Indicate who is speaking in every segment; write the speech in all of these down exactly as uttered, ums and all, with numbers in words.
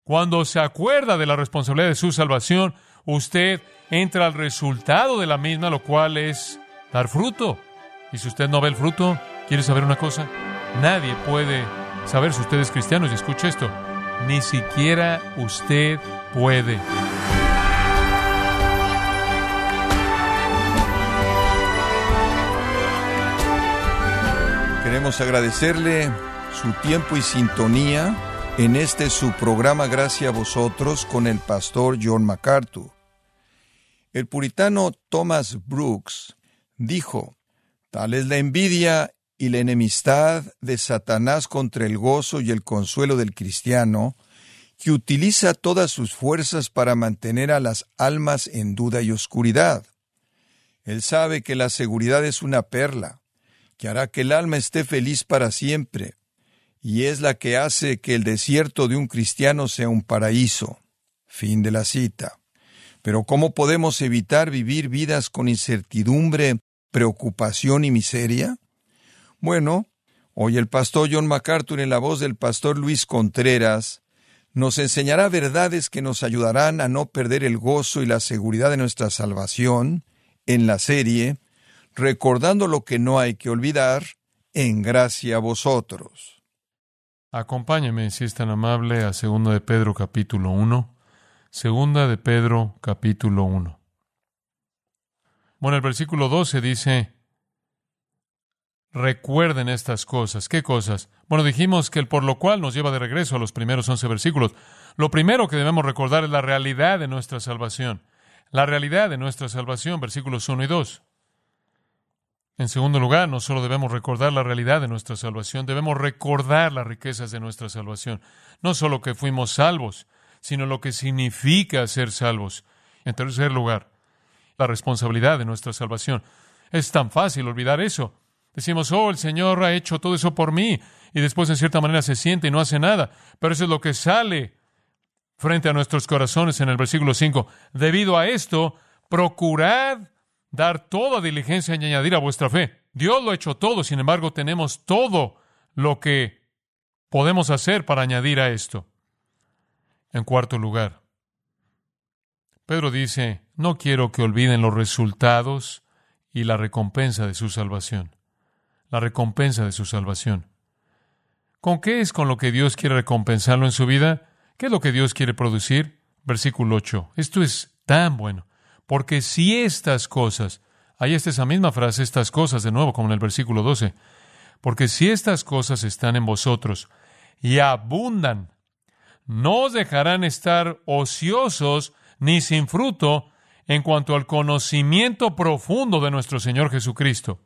Speaker 1: Cuando se acuerda de la responsabilidad de su salvación, usted entra al resultado de la misma, lo cual es dar fruto. Y si usted no ve el fruto, ¿quiere saber una cosa? Nadie puede saber si usted es cristiano. Y escuche esto, ni siquiera usted puede.
Speaker 2: Queremos agradecerle su tiempo y sintonía en este su programa Gracias a Vosotros con el pastor John MacArthur. El puritano Thomas Brooks dijo: tal es la envidia y la enemistad de Satanás contra el gozo y el consuelo del cristiano, que utiliza todas sus fuerzas para mantener a las almas en duda y oscuridad. Él sabe que la seguridad es una perla, que hará que el alma esté feliz para siempre, y es la que hace que el desierto de un cristiano sea un paraíso. Fin de la cita. Pero ¿cómo podemos evitar vivir vidas con incertidumbre, preocupación y miseria? Bueno, hoy el pastor John MacArthur, en la voz del pastor Luis Contreras, nos enseñará verdades que nos ayudarán a no perder el gozo y la seguridad de nuestra salvación en la serie Recordando lo que no hay que olvidar, en gracia a vosotros.
Speaker 1: Acompáñeme, si es tan amable, a Segunda de Pedro capítulo uno. Segunda de Pedro capítulo uno. Bueno, el versículo doce dice: recuerden estas cosas. ¿Qué cosas? Bueno, dijimos que el por lo cual nos lleva de regreso a los primeros once versículos. Lo primero que debemos recordar es la realidad de nuestra salvación. La realidad de nuestra salvación, versículos uno y dos. En segundo lugar, no solo debemos recordar la realidad de nuestra salvación, debemos recordar las riquezas de nuestra salvación. No solo que fuimos salvos, sino lo que significa ser salvos. En tercer lugar, la responsabilidad de nuestra salvación. Es tan fácil olvidar eso. Decimos: oh, el Señor ha hecho todo eso por mí, y después en cierta manera se siente y no hace nada. Pero eso es lo que sale frente a nuestros corazones en el versículo cinco. Debido a esto, procurad dar toda diligencia y añadir a vuestra fe. Dios lo ha hecho todo, sin embargo, tenemos todo lo que podemos hacer para añadir a esto. En cuarto lugar, Pedro dice: no quiero que olviden los resultados y la recompensa de su salvación. La recompensa de su salvación. ¿Con qué es con lo que Dios quiere recompensarlo en su vida? ¿Qué es lo que Dios quiere producir? Versículo ocho. Esto es tan bueno. Porque si estas cosas, ahí está esa misma frase, estas cosas, de nuevo, como en el versículo doce. Porque si estas cosas están en vosotros y abundan, no os dejarán estar ociosos ni sin fruto en cuanto al conocimiento profundo de nuestro Señor Jesucristo.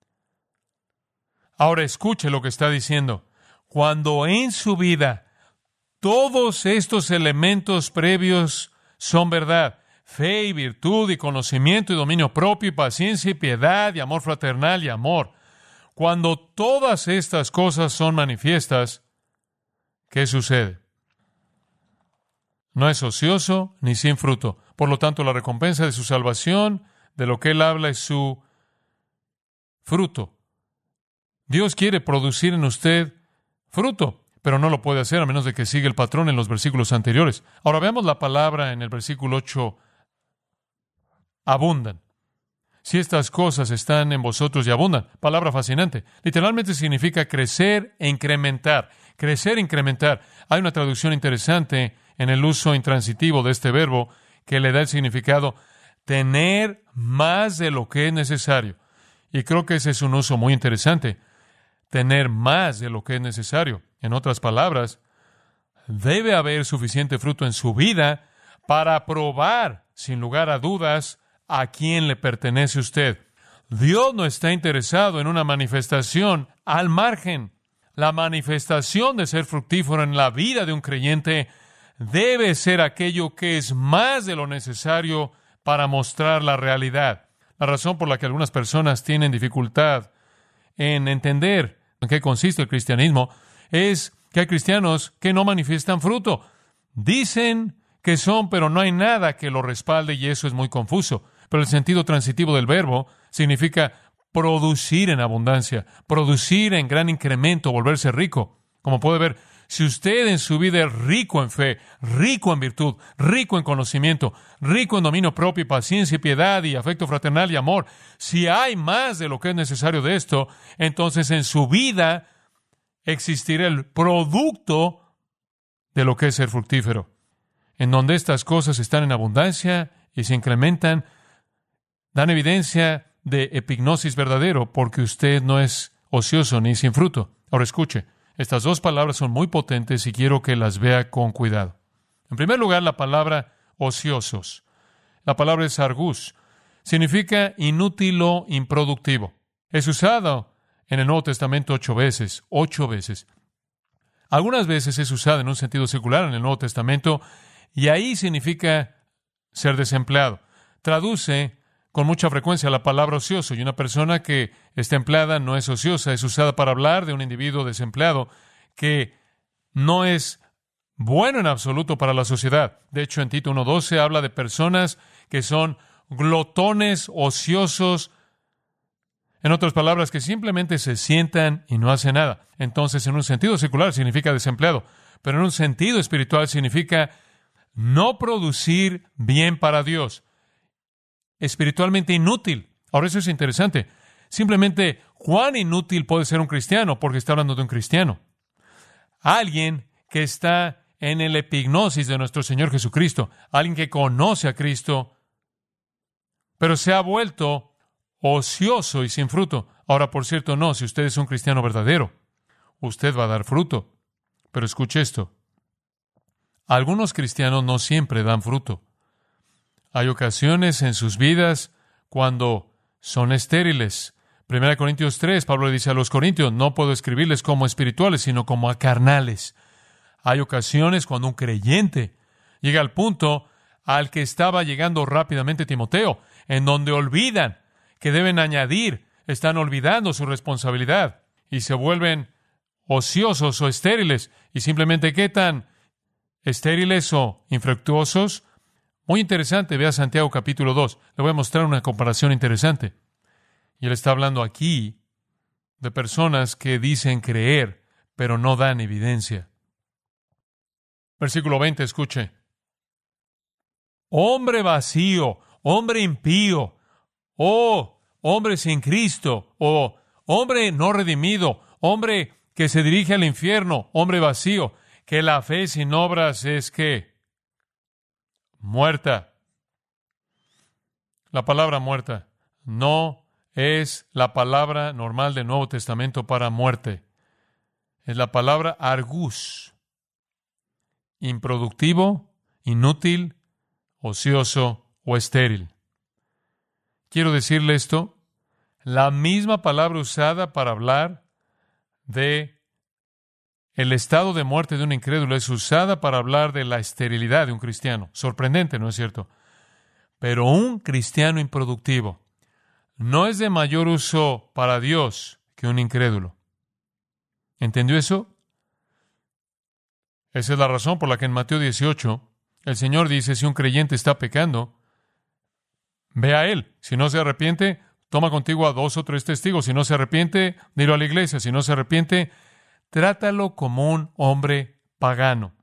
Speaker 1: Ahora escuche lo que está diciendo. Cuando en su vida todos estos elementos previos son verdad, fe y virtud y conocimiento y dominio propio y paciencia y piedad y amor fraternal y amor. Cuando todas estas cosas son manifiestas, ¿qué sucede? No es ocioso ni sin fruto. Por lo tanto, la recompensa de su salvación, de lo que él habla, es su fruto. Dios quiere producir en usted fruto, pero no lo puede hacer a menos de que siga el patrón en los versículos anteriores. Ahora veamos la palabra en el versículo ocho. Abundan. Si estas cosas están en vosotros y abundan. Palabra fascinante. Literalmente significa crecer e incrementar. Crecer e incrementar. Hay una traducción interesante en el uso intransitivo de este verbo que le da el significado tener más de lo que es necesario. Y creo que ese es un uso muy interesante. Tener más de lo que es necesario. En otras palabras, debe haber suficiente fruto en su vida para probar, sin lugar a dudas, a quién le pertenece usted. Dios no está interesado en una manifestación al margen. La manifestación de ser fructífero en la vida de un creyente debe ser aquello que es más de lo necesario para mostrar la realidad. La razón por la que algunas personas tienen dificultad en entender en qué consiste el cristianismo es que hay cristianos que no manifiestan fruto. Dicen que son, pero no hay nada que lo respalde y eso es muy confuso. Pero el sentido transitivo del verbo significa producir en abundancia, producir en gran incremento, volverse rico. Como puede ver, Si usted en su vida es rico en fe, rico en virtud, rico en conocimiento, rico en dominio propio y paciencia y piedad y afecto fraternal y amor, si hay más de lo que es necesario de esto, entonces en su vida existirá el producto de lo que es ser fructífero. En donde estas cosas están en abundancia y se incrementan, dan evidencia de epignosis verdadero, porque usted no es ocioso ni sin fruto. Ahora escuche. Estas dos palabras son muy potentes y quiero que las vea con cuidado. En primer lugar, la palabra ociosos. La palabra es argus. Significa inútil o improductivo. Es usado en el Nuevo Testamento ocho veces. Ocho veces. Algunas veces es usada en un sentido secular en el Nuevo Testamento y ahí significa ser desempleado. Traduce con mucha frecuencia la palabra ocioso, y una persona que está empleada no es ociosa, es usada para hablar de un individuo desempleado que no es bueno en absoluto para la sociedad. De hecho, en Tito uno doce habla de personas que son glotones, ociosos, en otras palabras, que simplemente se sientan y no hacen nada. Entonces, en un sentido secular significa desempleado, pero en un sentido espiritual significa no producir bien para Dios. Espiritualmente inútil. Ahora, eso es interesante. Simplemente, ¿cuán inútil puede ser un cristiano? Porque está hablando de un cristiano. Alguien que está en el epignosis de nuestro Señor Jesucristo. Alguien que conoce a Cristo, pero se ha vuelto ocioso y sin fruto. Ahora, por cierto, no. Si usted es un cristiano verdadero, usted va a dar fruto. Pero escuche esto. Algunos cristianos no siempre dan fruto. Hay ocasiones en sus vidas cuando son estériles. Primera Corintios tres, Pablo le dice a los corintios, no puedo escribirles como espirituales, sino como a carnales. Hay ocasiones cuando un creyente llega al punto al que estaba llegando rápidamente Timoteo, en donde olvidan que deben añadir, están olvidando su responsabilidad y se vuelven ociosos o estériles. Y simplemente, ¿qué tan estériles o infructuosos? Muy interesante, vea Santiago capítulo dos. Le voy a mostrar una comparación interesante. Y él está hablando aquí de personas que dicen creer, pero no dan evidencia. Versículo veinte, escuche. Hombre vacío, hombre impío, oh, hombre sin Cristo, oh, hombre no redimido, hombre que se dirige al infierno, hombre vacío, que la fe sin obras es ¿qué? Muerta. La palabra muerta no es la palabra normal del Nuevo Testamento para muerte. Es la palabra argus. Improductivo, inútil, ocioso o estéril. Quiero decirle esto. La misma palabra usada para hablar de el estado de muerte de un incrédulo es usada para hablar de la esterilidad de un cristiano. Sorprendente, ¿no es cierto? Pero un cristiano improductivo no es de mayor uso para Dios que un incrédulo. ¿Entendió eso? Esa es la razón por la que en Mateo dieciocho el Señor dice, si un creyente está pecando, ve a él. Si no se arrepiente, toma contigo a dos o tres testigos. Si no se arrepiente, dilo a la iglesia. Si no se arrepiente, trátalo como un hombre pagano.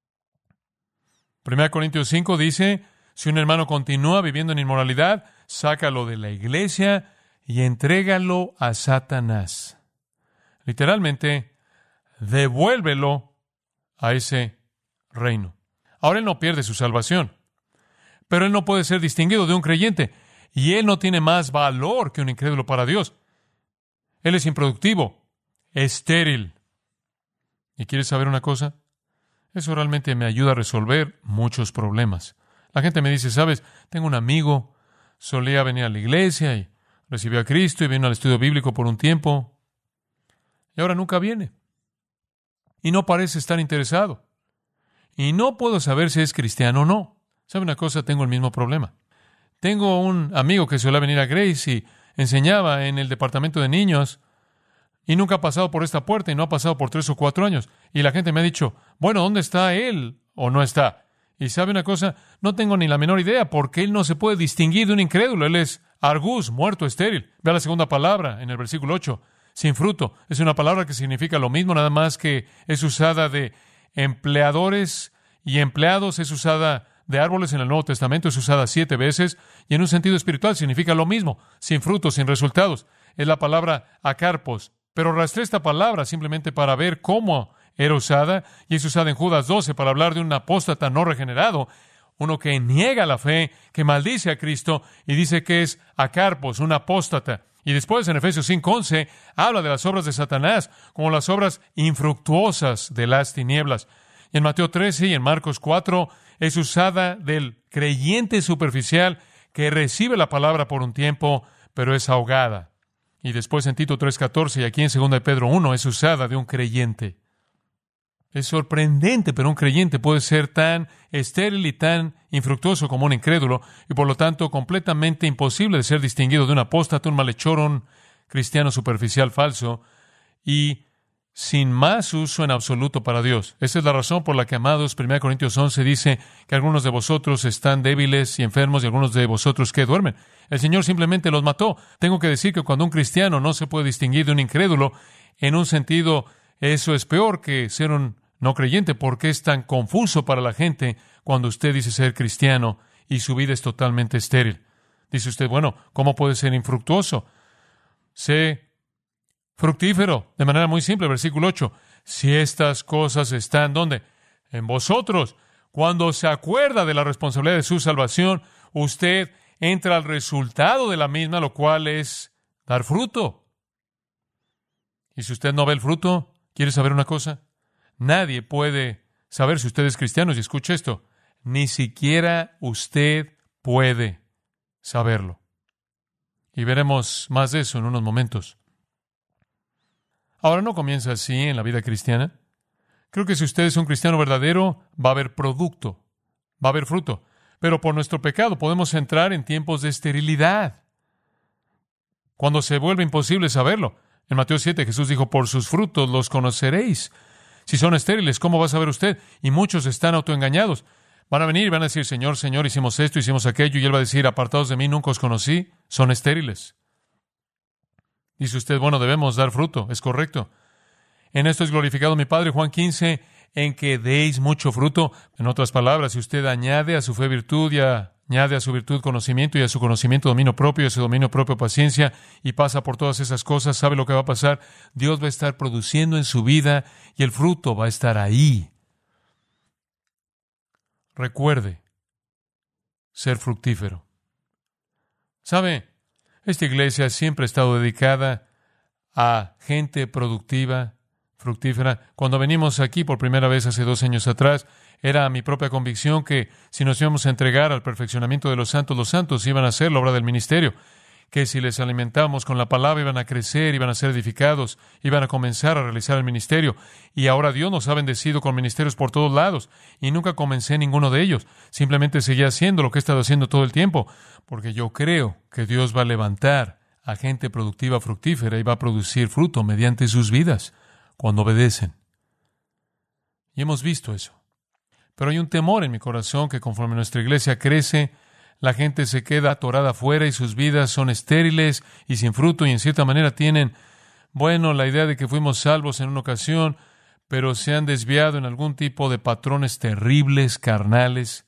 Speaker 1: Primera Corintios cinco dice, si un hermano continúa viviendo en inmoralidad, sácalo de la iglesia y entrégalo a Satanás. Literalmente, devuélvelo a ese reino. Ahora él no pierde su salvación, pero él no puede ser distinguido de un creyente, y él no tiene más valor que un incrédulo para Dios. Él es improductivo, estéril. ¿Y quieres saber una cosa? Eso realmente me ayuda a resolver muchos problemas. La gente me dice, ¿sabes? Tengo un amigo, solía venir a la iglesia y recibió a Cristo y vino al estudio bíblico por un tiempo, y ahora nunca viene. Y no parece estar interesado. Y no puedo saber si es cristiano o no. ¿Sabe una cosa? Tengo el mismo problema. Tengo un amigo que solía venir a Grace y enseñaba en el departamento de niños y nunca ha pasado por esta puerta y no ha pasado por tres o cuatro años. Y la gente me ha dicho, bueno, ¿dónde está él o no está? Y ¿sabe una cosa? No tengo ni la menor idea porque él no se puede distinguir de un incrédulo. Él es argus, muerto, estéril. Vea la segunda palabra en el versículo ocho. sin fruto. Es una palabra que significa lo mismo, nada más que es usada de empleadores y empleados, es usada de árboles en el Nuevo Testamento, es usada siete veces, y en un sentido espiritual significa lo mismo, sin frutos, sin resultados. Es la palabra acarpos, pero rastreé esta palabra simplemente para ver cómo era usada, y es usada en Judas doce para hablar de un apóstata no regenerado, uno que niega la fe, que maldice a Cristo, y dice que es acarpos, un apóstata. Y después en Efesios cinco once habla de las obras de Satanás como las obras infructuosas de las tinieblas. Y en Mateo trece y en Marcos cuatro es usada del creyente superficial que recibe la palabra por un tiempo, pero es ahogada. Y después en Tito tres catorce y aquí en segunda de Pedro uno es usada de un creyente. Es sorprendente, pero un creyente puede ser tan estéril y tan infructuoso como un incrédulo, y por lo tanto completamente imposible de ser distinguido de un apóstata, un malhechor, un cristiano superficial falso, y sin más uso en absoluto para Dios. Esa es la razón por la que, amados, primera Corintios once dice que algunos de vosotros están débiles y enfermos y algunos de vosotros que duermen. El Señor simplemente los mató. Tengo que decir que cuando un cristiano no se puede distinguir de un incrédulo, en un sentido, eso es peor que ser un no creyente, porque es tan confuso para la gente cuando usted dice ser cristiano y su vida es totalmente estéril. Dice usted, bueno, ¿cómo puede ser infructuoso? Sé fructífero, de manera muy simple, versículo ocho. Si estas cosas están, ¿dónde? En vosotros. Cuando se acuerda de la responsabilidad de su salvación, usted entra al resultado de la misma, lo cual es dar fruto. Y si usted no ve el fruto, ¿quiere saber una cosa? Nadie puede saber si usted es cristiano, y escuche esto, ni siquiera usted puede saberlo. Y veremos más de eso en unos momentos. Ahora no comienza así en la vida cristiana. Creo que si usted es un cristiano verdadero, va a haber producto, va a haber fruto. Pero por nuestro pecado podemos entrar en tiempos de esterilidad, cuando se vuelve imposible saberlo. En Mateo siete Jesús dijo, por sus frutos los conoceréis. Si son estériles, ¿cómo va a saber usted? Y muchos están autoengañados. Van a venir y van a decir, Señor, Señor, hicimos esto, hicimos aquello, y Él va a decir, apartados de mí, nunca os conocí, son estériles. Dice usted, bueno, debemos dar fruto, es correcto. En esto es glorificado mi Padre, Juan quince, en que deis mucho fruto. En otras palabras, si usted añade a su fe virtud y añade a su virtud conocimiento y a su conocimiento dominio propio y a su dominio propio paciencia y pasa por todas esas cosas, ¿sabe lo que va a pasar? Dios va a estar produciendo en su vida y el fruto va a estar ahí. Recuerde ser fructífero. ¿Sabe? Esta iglesia siempre ha estado dedicada a gente productiva, fructífera. Cuando venimos aquí por primera vez hace dos años atrás, era mi propia convicción que si nos íbamos a entregar al perfeccionamiento de los santos, los santos iban a hacer la obra del ministerio, que si les alimentamos con la palabra iban a crecer, iban a ser edificados, iban a comenzar a realizar el ministerio. Y ahora Dios nos ha bendecido con ministerios por todos lados, y nunca comencé ninguno de ellos. Simplemente seguí haciendo lo que he estado haciendo todo el tiempo, porque yo creo que Dios va a levantar a gente productiva, fructífera, y va a producir fruto mediante sus vidas cuando obedecen. Y hemos visto eso. Pero hay un temor en mi corazón que conforme nuestra iglesia crece, la gente se queda atorada afuera y sus vidas son estériles y sin fruto, y en cierta manera tienen, bueno, la idea de que fuimos salvos en una ocasión, pero se han desviado en algún tipo de patrones terribles, carnales,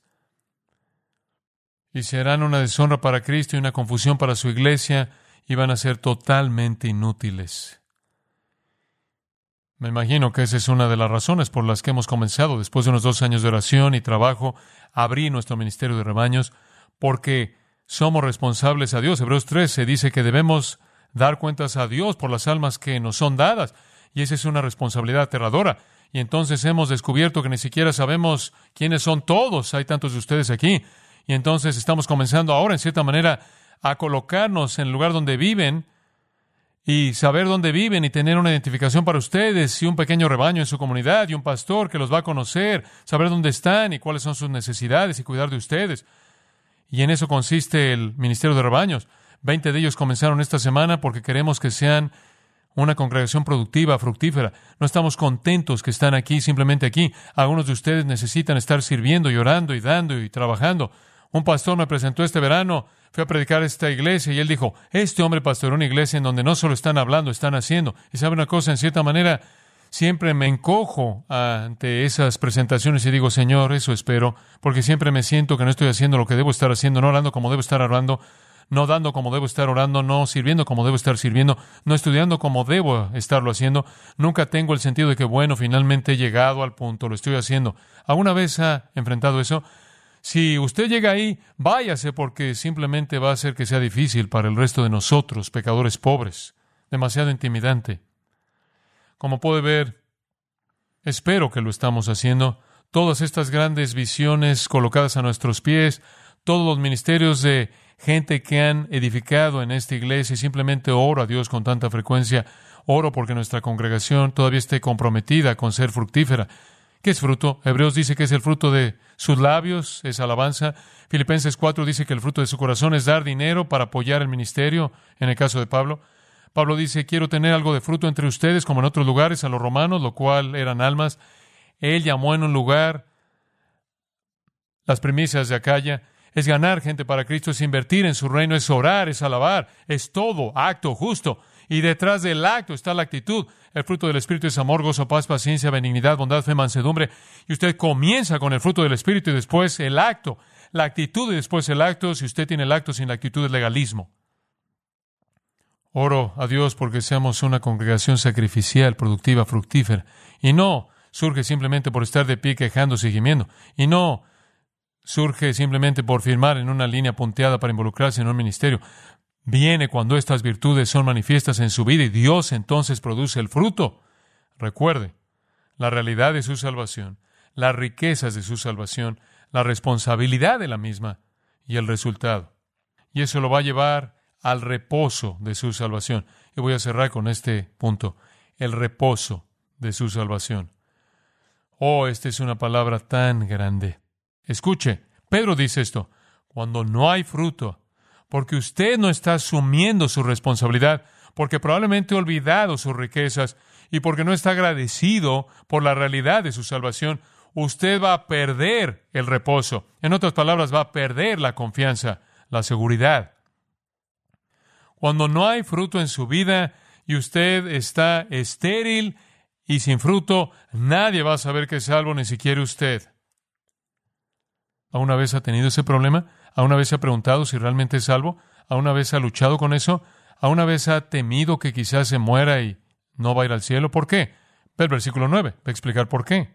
Speaker 1: y serán una deshonra para Cristo y una confusión para su iglesia, y van a ser totalmente inútiles. Me imagino que esa es una de las razones por las que hemos comenzado, después de unos dos años de oración y trabajo, a abrir nuestro ministerio de rebaños, porque somos responsables a Dios. Hebreos trece dice que debemos dar cuentas a Dios por las almas que nos son dadas, y esa es una responsabilidad aterradora. Y entonces hemos descubierto que ni siquiera sabemos quiénes son todos. Hay tantos de ustedes aquí. Y entonces estamos comenzando ahora, en cierta manera, a colocarnos en el lugar donde viven y saber dónde viven y tener una identificación para ustedes y un pequeño rebaño en su comunidad y un pastor que los va a conocer, saber dónde están y cuáles son sus necesidades y cuidar de ustedes. Y en eso consiste el ministerio de rebaños. Veinte de ellos comenzaron esta semana porque queremos que sean una congregación productiva, fructífera. No estamos contentos que están aquí, simplemente aquí. Algunos de ustedes necesitan estar sirviendo y orando y dando y trabajando. Un pastor me presentó este verano, fui a predicar a esta iglesia y él dijo, este hombre pastoreó una iglesia en donde no solo están hablando, están haciendo. Y sabe una cosa, en cierta manera, siempre me encojo ante esas presentaciones y digo, Señor, eso espero, porque siempre me siento que no estoy haciendo lo que debo estar haciendo, no orando como debo estar orando, no dando como debo estar orando, no sirviendo como debo estar sirviendo, no estudiando como debo estarlo haciendo. Nunca tengo el sentido de que, bueno, finalmente he llegado al punto, lo estoy haciendo. ¿Alguna vez ha enfrentado eso? Si usted llega ahí, váyase, porque simplemente va a hacer que sea difícil para el resto de nosotros, pecadores pobres, demasiado intimidante. Como puede ver, espero que lo estamos haciendo. Todas estas grandes visiones colocadas a nuestros pies, todos los ministerios de gente que han edificado en esta iglesia, y simplemente oro a Dios con tanta frecuencia. Oro porque nuestra congregación todavía esté comprometida con ser fructífera. ¿Qué es fruto? Hebreos dice que es el fruto de sus labios, es alabanza. Filipenses cuatro dice que el fruto de su corazón es dar dinero para apoyar el ministerio, en el caso de Pablo. Pablo dice, quiero tener algo de fruto entre ustedes, como en otros lugares, a los romanos, lo cual eran almas. Él llamó en un lugar las primicias de Acaya. Es ganar gente para Cristo, es invertir en su reino, es orar, es alabar, es todo acto justo. Y detrás del acto está la actitud. El fruto del Espíritu es amor, gozo, paz, paciencia, benignidad, bondad, fe, mansedumbre. Y usted comienza con el fruto del Espíritu y después el acto. La actitud y después el acto. Si usted tiene el acto sin la actitud, es legalismo. Oro a Dios porque seamos una congregación sacrificial, productiva, fructífera. Y no surge simplemente por estar de pie quejándose y gimiendo. Y no surge simplemente por firmar en una línea punteada para involucrarse en un ministerio. Viene cuando estas virtudes son manifiestas en su vida y Dios entonces produce el fruto. Recuerde, la realidad de su salvación, las riquezas de su salvación, la responsabilidad de la misma y el resultado. Y eso lo va a llevar al reposo de su salvación. Y voy a cerrar con este punto, el reposo de su salvación. Oh, esta es una palabra tan grande. Escuche, Pedro dice esto, cuando no hay fruto, porque usted no está asumiendo su responsabilidad, porque probablemente ha olvidado sus riquezas y porque no está agradecido por la realidad de su salvación, usted va a perder el reposo. En otras palabras, va a perder la confianza, la seguridad. Cuando no hay fruto en su vida y usted está estéril y sin fruto, nadie va a saber que es salvo, ni siquiera usted. ¿Alguna vez ha tenido ese problema? ¿Alguna vez se ha preguntado si realmente es salvo? ¿Alguna vez ha luchado con eso? ¿Alguna vez ha temido que quizás se muera y no va a ir al cielo? ¿Por qué? Ve el versículo nueve, va a explicar por qué.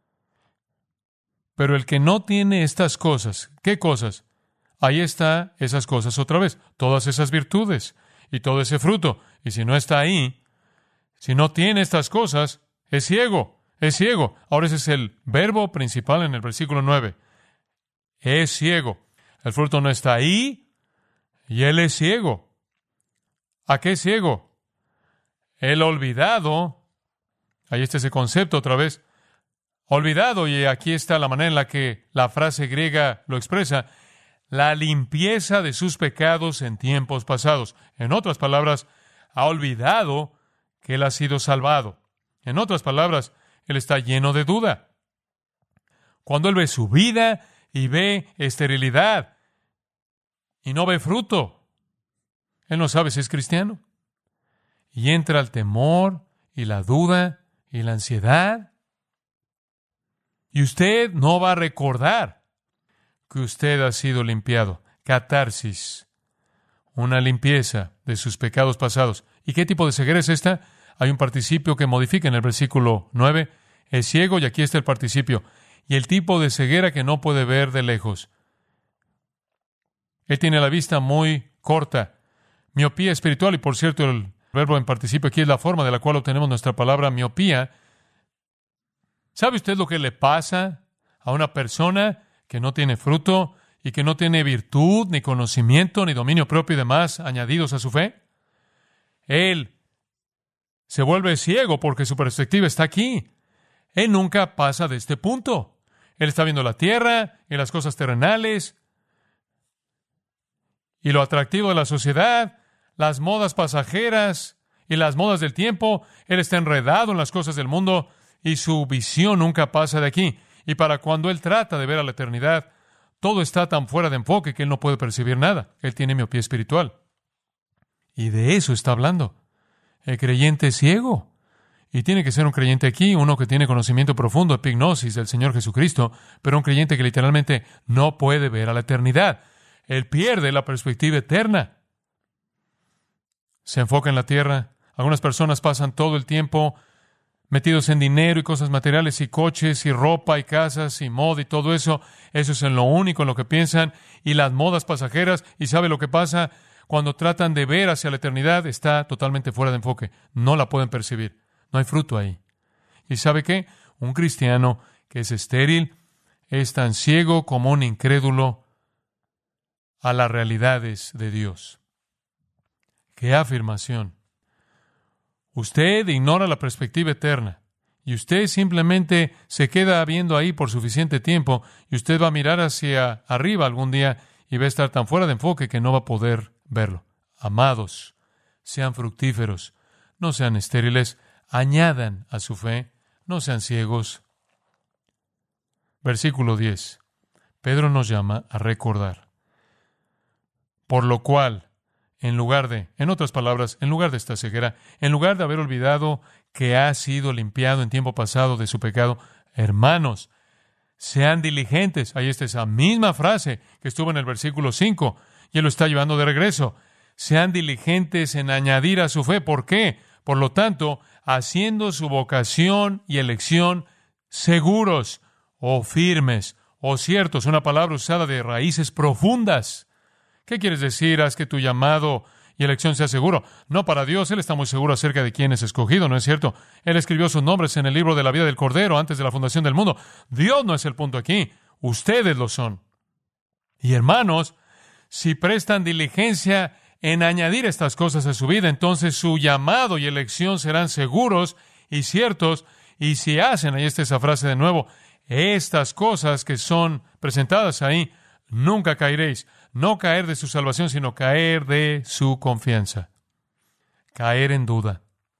Speaker 1: Pero el que no tiene estas cosas, ¿qué cosas? Ahí está esas cosas otra vez, todas esas virtudes y todo ese fruto. Y si no está ahí, si no tiene estas cosas, es ciego, es ciego. Ahora ese es el verbo principal en el versículo nueve. Es ciego. El fruto no está ahí y él es ciego. ¿A qué es ciego? El olvidado. Ahí está ese concepto otra vez. Olvidado, y aquí está la manera en la que la frase griega lo expresa. La limpieza de sus pecados en tiempos pasados. En otras palabras, ha olvidado que él ha sido salvado. En otras palabras, él está lleno de duda. Cuando él ve su vida y ve esterilidad y no ve fruto, él no sabe si es cristiano. Y entra el temor y la duda y la ansiedad. Y usted no va a recordar que usted ha sido limpiado. Catarsis, una limpieza de sus pecados pasados. ¿Y qué tipo de ceguera es esta? Hay un participio que modifica en el versículo nueve. Es ciego, y aquí está el participio. Y el tipo de ceguera que no puede ver de lejos. Él tiene la vista muy corta. Miopía espiritual, y por cierto, el verbo en participio aquí es la forma de la cual obtenemos nuestra palabra miopía. ¿Sabe usted lo que le pasa a una persona que no tiene fruto y que no tiene virtud, ni conocimiento, ni dominio propio y demás añadidos a su fe? Él se vuelve ciego porque su perspectiva está aquí. Él nunca pasa de este punto. Él está viendo la tierra y las cosas terrenales y lo atractivo de la sociedad, las modas pasajeras y las modas del tiempo. Él está enredado en las cosas del mundo y su visión nunca pasa de aquí. Y para cuando él trata de ver a la eternidad, todo está tan fuera de enfoque que él no puede percibir nada. Él tiene miopía espiritual. Y de eso está hablando. El creyente es ciego. Y tiene que ser un creyente aquí, uno que tiene conocimiento profundo, epignosis del Señor Jesucristo, pero un creyente que literalmente no puede ver a la eternidad. Él pierde la perspectiva eterna. Se enfoca en la tierra. Algunas personas pasan todo el tiempo metidos en dinero y cosas materiales y coches y ropa y casas y moda y todo eso. Eso es en lo único en lo que piensan. Y las modas pasajeras. ¿Y sabe lo que pasa? Cuando tratan de ver hacia la eternidad, está totalmente fuera de enfoque. No la pueden percibir. No hay fruto ahí. ¿Y sabe qué? Un cristiano que es estéril es tan ciego como un incrédulo a las realidades de Dios. ¡Qué afirmación! Usted ignora la perspectiva eterna y usted simplemente se queda viendo ahí por suficiente tiempo y usted va a mirar hacia arriba algún día y va a estar tan fuera de enfoque que no va a poder verlo. Amados, sean fructíferos, no sean estériles, añadan a su fe, no sean ciegos. Versículo diez. Pedro nos llama a recordar. Por lo cual, en lugar de, en otras palabras, en lugar de esta ceguera, en lugar de haber olvidado que ha sido limpiado en tiempo pasado de su pecado, hermanos, sean diligentes. Ahí está esa misma frase que estuvo en el versículo cinco, y él lo está llevando de regreso. Sean diligentes en añadir a su fe. ¿Por qué? Por lo tanto, haciendo su vocación y elección seguros o firmes o ciertos, una palabra usada de raíces profundas. ¿Qué quieres decir? Haz que tu llamado y elección sea seguro. No, para Dios, Él está muy seguro acerca de quién es escogido, ¿no es cierto? Él escribió sus nombres en el libro de la vida del Cordero antes de la fundación del mundo. Dios no es el punto aquí. Ustedes lo son. Y hermanos, si prestan diligencia en añadir estas cosas a su vida, entonces su llamado y elección serán seguros y ciertos. Y si hacen, ahí está esa frase de nuevo, estas cosas que son presentadas ahí, nunca caeréis. No caer de su salvación, sino caer de su confianza. Caer en duda.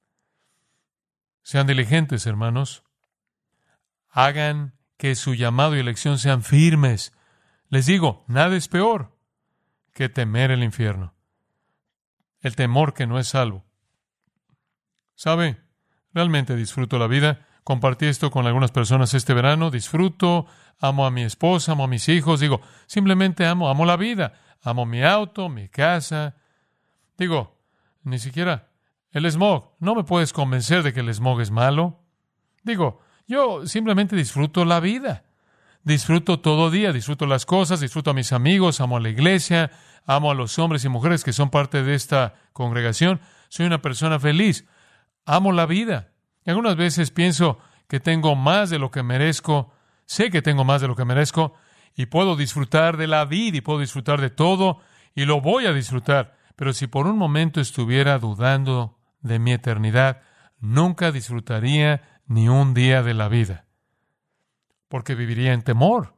Speaker 1: Sean diligentes, hermanos. Hagan que su llamado y elección sean firmes. Les digo, nada es peor que temer el infierno. El temor que no es salvo. ¿Sabe? Realmente disfruto la vida. Compartí esto con algunas personas este verano. Disfruto, amo a mi esposa, amo a mis hijos. Digo, simplemente amo, amo la vida. Amo mi auto, mi casa. Digo, ni siquiera el smog. No me puedes convencer de que el smog es malo. Digo, yo simplemente disfruto la vida. Disfruto todo día, disfruto las cosas, disfruto a mis amigos, amo a la iglesia, amo a los hombres y mujeres que son parte de esta congregación. Soy una persona feliz. Amo la vida. Y algunas veces pienso que tengo más de lo que merezco. Sé que tengo más de lo que merezco. Y puedo disfrutar de la vida y puedo disfrutar de todo. Y lo voy a disfrutar. Pero si por un momento estuviera dudando de mi eternidad, nunca disfrutaría ni un día de la vida. Porque viviría en temor.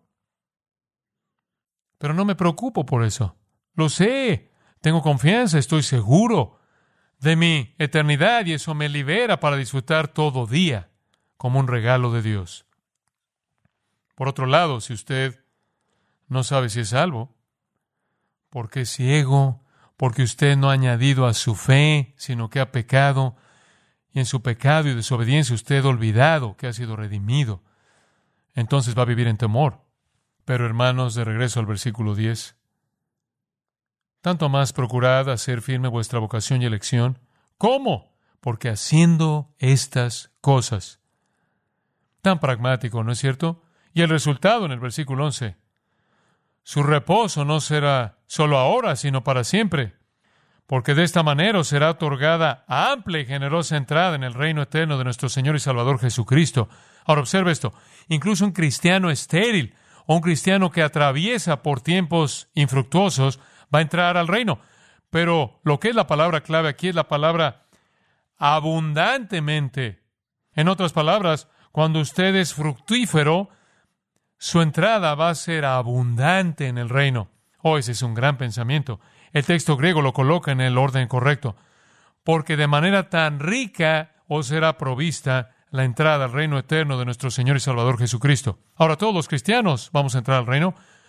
Speaker 1: Pero no me preocupo por eso. Lo sé. Tengo confianza. Estoy seguro de mi eternidad y eso me libera para disfrutar todo día como un regalo de Dios. Por otro lado, si usted no sabe si es salvo, porque es ciego, porque usted no ha añadido a su fe, sino que ha pecado, y en su pecado y desobediencia usted ha olvidado que ha sido redimido, entonces va a vivir en temor. Pero hermanos, de regreso al versículo diez, tanto más procurad hacer firme vuestra vocación y elección. ¿Cómo? Porque haciendo estas cosas. Tan pragmático, ¿no es cierto? Y el resultado en el versículo once. Su reposo no será solo ahora, sino para siempre. Porque de esta manera os será otorgada amplia y generosa entrada en el reino eterno de nuestro Señor y Salvador Jesucristo. Ahora observe esto. Incluso un cristiano estéril o un cristiano que atraviesa por tiempos infructuosos va a entrar al reino. Pero lo que es la palabra clave aquí es la palabra abundantemente. En otras palabras, cuando usted es fructífero, su entrada va a ser abundante en el reino. Oh, ese es un gran pensamiento. El texto griego lo coloca en el orden correcto. Porque de manera tan rica os será provista la entrada al reino eterno de nuestro Señor y Salvador Jesucristo. Ahora, todos los cristianos vamos a entrar al reino,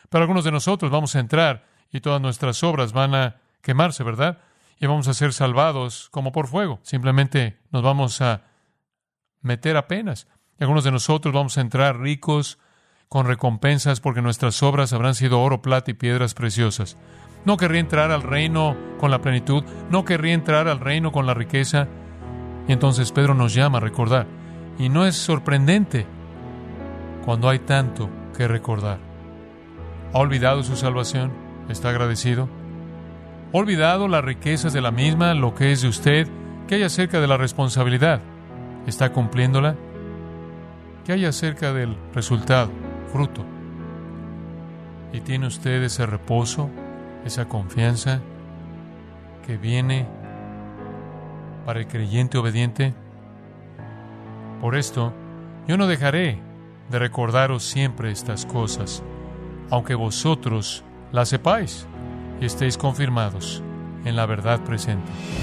Speaker 1: Pero algunos de nosotros vamos a entrar y todas nuestras obras van a quemarse, ¿verdad? Y vamos a ser salvados como por fuego. Simplemente nos vamos a meter apenas. Y algunos de nosotros vamos a entrar ricos con recompensas porque nuestras obras habrán sido oro, plata y piedras preciosas. No querría entrar al reino con la plenitud, no querría entrar al reino con la riqueza. Y entonces Pedro nos llama a recordar. Y no es sorprendente cuando hay tanto que recordar. ¿Ha olvidado su salvación? ¿Está agradecido? ¿Ha olvidado las riquezas de la misma, lo que es de usted? ¿Qué hay acerca de la responsabilidad? ¿Está cumpliéndola? ¿Qué hay acerca del resultado, fruto? ¿Y tiene usted ese reposo, esa confianza que viene para el creyente obediente? Por esto, yo no dejaré de recordaros siempre estas cosas, aunque vosotros las sepáis y estéis confirmados en la verdad presente.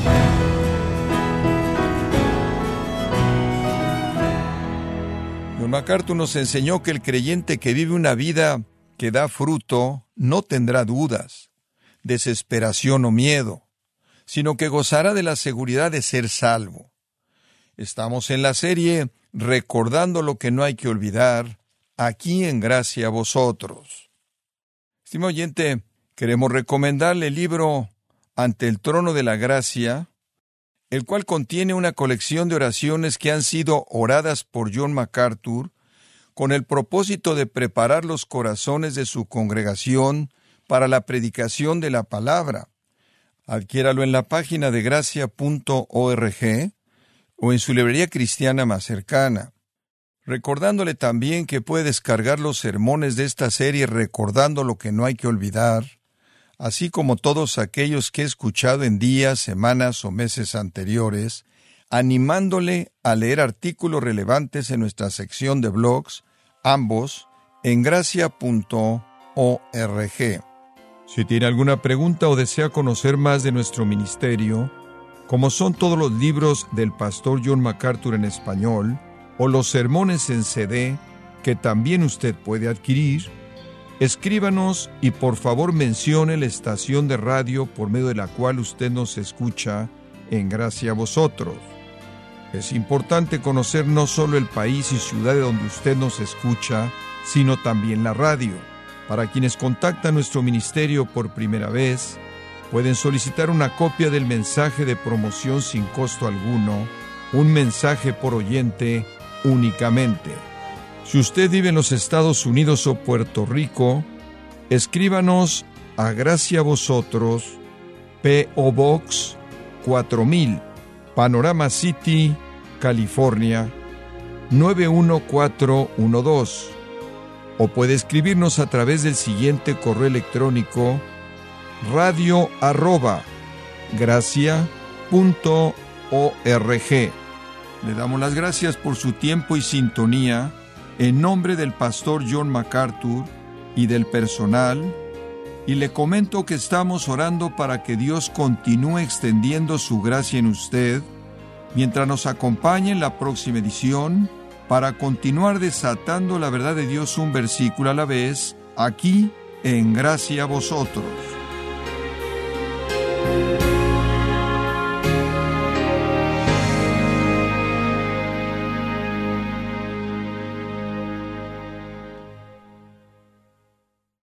Speaker 2: John MacArthur nos enseñó que el creyente que vive una vida que da fruto no tendrá dudas, desesperación o miedo, sino que gozará de la seguridad de ser salvo. Estamos en la serie Recordando lo que no hay que olvidar, aquí en Gracia a Vosotros. Estimado oyente, queremos recomendarle el libro Ante el Trono de la Gracia, el cual contiene una colección de oraciones que han sido oradas por John MacArthur con el propósito de preparar los corazones de su congregación para la predicación de la palabra. Adquiéralo en la página de gracia punto org o en su librería cristiana más cercana. Recordándole también que puede descargar los sermones de esta serie Recordando lo que no hay que olvidar, así como todos aquellos que he escuchado en días, semanas o meses anteriores, animándole a leer artículos relevantes en nuestra sección de blogs, ambos en gracia punto org. Si tiene alguna pregunta o desea conocer más de nuestro ministerio, como son todos los libros del pastor John MacArthur en español, o los sermones en C D, que también usted puede adquirir, escríbanos y por favor mencione la estación de radio por medio de la cual usted nos escucha en Gracia a Vosotros. Es importante conocer no solo el país y ciudad de donde usted nos escucha, sino también la radio. Para quienes contactan nuestro ministerio por primera vez, pueden solicitar una copia del mensaje de promoción sin costo alguno, un mensaje por oyente únicamente. Si usted vive en los Estados Unidos o Puerto Rico, escríbanos a Gracia a Vosotros, P O Box cuatro mil, Panorama City, California, nueve uno cuatro uno dos. O puede escribirnos a través del siguiente correo electrónico: radio arroba gracia punto org. Le damos las gracias por su tiempo y sintonía en nombre del pastor John MacArthur y del personal, y le comento que estamos orando para que Dios continúe extendiendo su gracia en usted mientras nos acompañe en la próxima edición para continuar desatando la verdad de Dios un versículo a la vez, aquí en Gracia a Vosotros.